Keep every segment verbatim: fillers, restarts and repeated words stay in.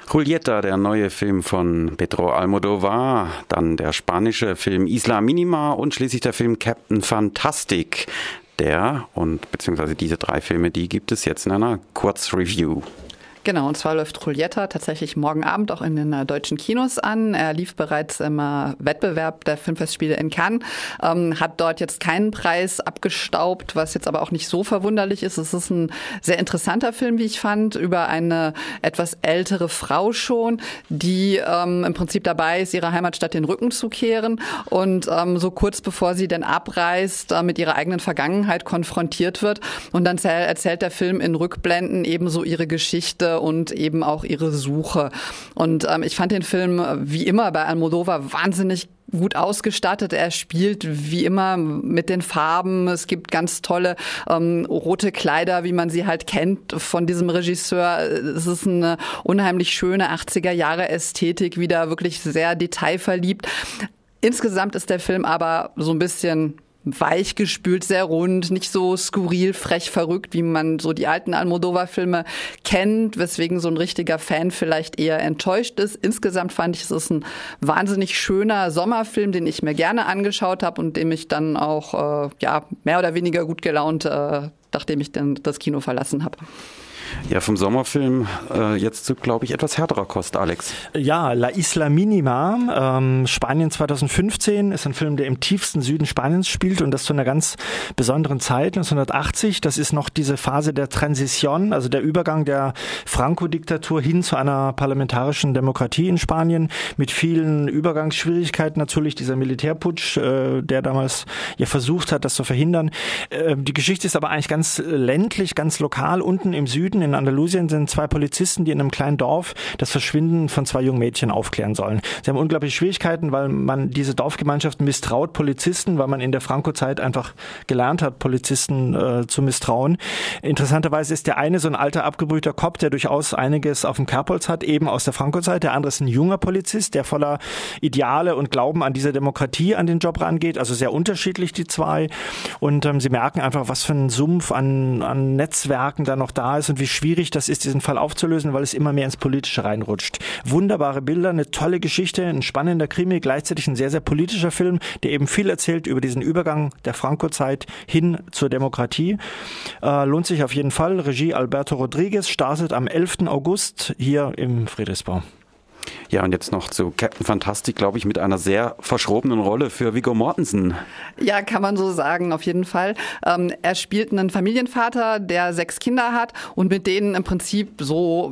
Julieta, der neue Film von Pedro Almodóvar, dann der spanische Film Isla Mínima und schließlich der Film Captain Fantastic. Der und beziehungsweise diese drei Filme, die gibt es jetzt in einer Kurzreview. Genau, und zwar läuft Julieta tatsächlich morgen Abend auch in den äh, deutschen Kinos an. Er lief bereits im äh, Wettbewerb der Filmfestspiele in Cannes, ähm, hat dort jetzt keinen Preis abgestaubt, was jetzt aber auch nicht so verwunderlich ist. Es ist ein sehr interessanter Film, wie ich fand, über eine etwas ältere Frau schon, die ähm, im Prinzip dabei ist, ihrer Heimatstadt den Rücken zu kehren und ähm, so kurz bevor sie denn abreist, äh, mit ihrer eigenen Vergangenheit konfrontiert wird. Und dann erzählt der Film in Rückblenden ebenso ihre Geschichte und eben auch ihre Suche. Und ähm, ich fand den Film wie immer bei Almodóvar wahnsinnig gut ausgestattet. Er spielt wie immer mit den Farben. Es gibt ganz tolle ähm, rote Kleider, wie man sie halt kennt von diesem Regisseur. Es ist eine unheimlich schöne achtziger Jahre Ästhetik, wieder wirklich sehr detailverliebt. Insgesamt ist der Film aber so ein bisschen weich gespült, sehr rund, nicht so skurril, frech, verrückt, wie man so die alten Almodóvar-Filme kennt, weswegen so ein richtiger Fan vielleicht eher enttäuscht ist. Insgesamt fand ich, es ist ein wahnsinnig schöner Sommerfilm, den ich mir gerne angeschaut habe und dem ich dann auch äh, ja mehr oder weniger gut gelaunt, äh, nachdem ich dann das Kino verlassen habe. Ja, vom Sommerfilm äh, jetzt zu, glaube ich, etwas härterer Kost, Alex. Ja, La Isla Mínima, ähm, Spanien zweitausendfünfzehn, ist ein Film, der im tiefsten Süden Spaniens spielt und das zu einer ganz besonderen Zeit, neunzehnhundertachtzig. Das ist noch diese Phase der Transition, also der Übergang der Franco-Diktatur hin zu einer parlamentarischen Demokratie in Spanien mit vielen Übergangsschwierigkeiten natürlich, dieser Militärputsch, äh, der damals ja versucht hat, das zu verhindern. Äh, die Geschichte ist aber eigentlich ganz ländlich, ganz lokal. Unten im Süden in Andalusien sind zwei Polizisten, die in einem kleinen Dorf das Verschwinden von zwei jungen Mädchen aufklären sollen. Sie haben unglaubliche Schwierigkeiten, weil man diese Dorfgemeinschaft misstraut Polizisten, weil man in der Franco-Zeit einfach gelernt hat, Polizisten äh, zu misstrauen. Interessanterweise ist der eine so ein alter, abgebrühter Cop, der durchaus einiges auf dem Kerbholz hat, eben aus der Franco-Zeit. Der andere ist ein junger Polizist, der voller Ideale und Glauben an diese Demokratie an den Job rangeht. Also sehr unterschiedlich, die zwei. Und ähm, sie merken einfach, was für ein Sumpf an, an Netzwerken da noch da ist und wie schwierig das ist, diesen Fall aufzulösen, weil es immer mehr ins Politische reinrutscht. Wunderbare Bilder, eine tolle Geschichte, ein spannender Krimi, gleichzeitig ein sehr, sehr politischer Film, der eben viel erzählt über diesen Übergang der Franco-Zeit hin zur Demokratie. Äh, lohnt sich auf jeden Fall. Regie Alberto Rodriguez, startet am elften August hier im Friedrichsbau. Ja, und jetzt noch zu Captain Fantastic, glaube ich, mit einer sehr verschrobenen Rolle für Viggo Mortensen. Ja, kann man so sagen, auf jeden Fall. Ähm, er spielt einen Familienvater, der sechs Kinder hat und mit denen im Prinzip so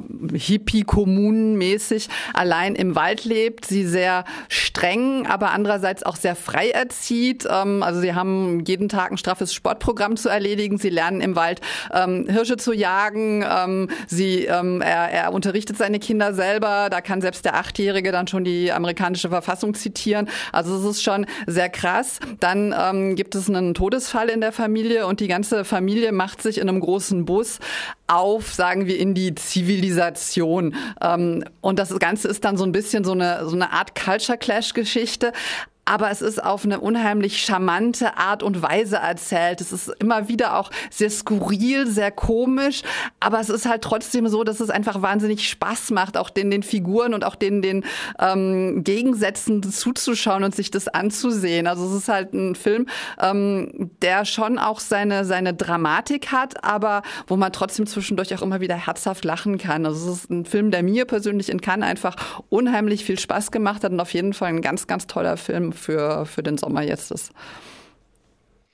Hippie-Kommunenmäßig allein im Wald lebt. Sie sehr streng, aber andererseits auch sehr frei erzieht. Ähm, also sie haben jeden Tag ein straffes Sportprogramm zu erledigen. Sie lernen im Wald ähm, Hirsche zu jagen. Ähm, sie, ähm, er, er unterrichtet seine Kinder selber. Da kann selbst der Achtjährige dann schon die amerikanische Verfassung zitieren. Also es ist schon sehr krass. Dann ähm, gibt es einen Todesfall in der Familie und die ganze Familie macht sich in einem großen Bus auf, sagen wir, in die Zivilisation. Ähm, und das Ganze ist dann so ein bisschen so eine, so eine Art Culture-Clash-Geschichte. Aber es ist auf eine unheimlich charmante Art und Weise erzählt. Es ist immer wieder auch sehr skurril, sehr komisch. Aber es ist halt trotzdem so, dass es einfach wahnsinnig Spaß macht, auch den, den Figuren und auch den, den ähm, Gegensätzen zuzuschauen und sich das anzusehen. Also es ist halt ein Film, ähm, der schon auch seine, seine Dramatik hat, aber wo man trotzdem zwischendurch auch immer wieder herzhaft lachen kann. Also es ist ein Film, der mir persönlich in Cannes einfach unheimlich viel Spaß gemacht hat und auf jeden Fall ein ganz, ganz toller Film für, für den Sommer jetzt ist.